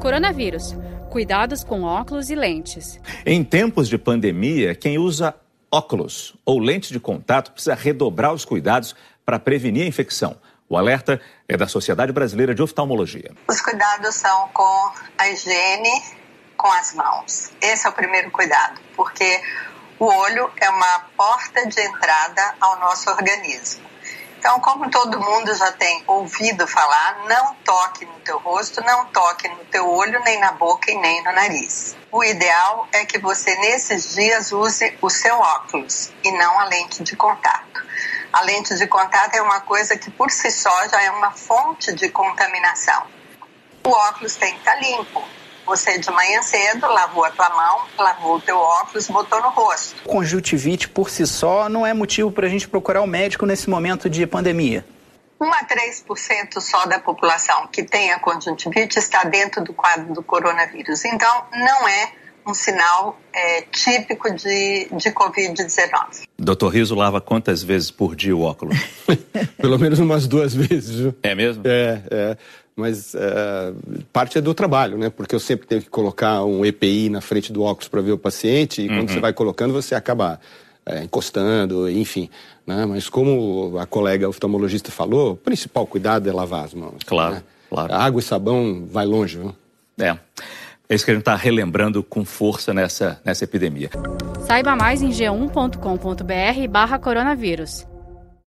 Coronavírus. Cuidados com óculos e lentes. Em tempos de pandemia, quem usa óculos ou lente de contato precisa redobrar os cuidados para prevenir a infecção. O alerta é da Sociedade Brasileira de Oftalmologia. Os cuidados são com a higiene, com as mãos. Esse é o primeiro cuidado, porque o olho é uma porta de entrada ao nosso organismo. Então, como todo mundo já tem ouvido falar, não toque no teu rosto, não toque no teu olho, nem na boca e nem no nariz. O ideal é que você, nesses dias, use o seu óculos e não a lente de contato. A lente de contato é uma coisa que, por si só, já é uma fonte de contaminação. O óculos tem que estar limpo. Você, de manhã cedo, lavou a tua mão, lavou o teu óculos, botou no rosto. Conjuntivite, por si só, não é motivo para a gente procurar o médico nesse momento de pandemia? 1 a 3% só da população que tem a conjuntivite está dentro do quadro do coronavírus. Então, não é um sinal típico de Covid-19. Dr. Riso lava quantas vezes por dia o óculos? Pelo menos umas 2 vezes, viu? É mesmo? É. Mas parte é do trabalho, né? Porque eu sempre tenho que colocar um EPI na frente do óculos para ver o paciente e quando você vai colocando, você acaba encostando, enfim. Né? Mas como a colega oftalmologista falou, o principal cuidado é lavar as mãos. Claro, né? claro. A água e sabão vai longe, viu? É isso que a gente está relembrando com força nessa epidemia. Saiba mais em g1.com.br/coronavírus.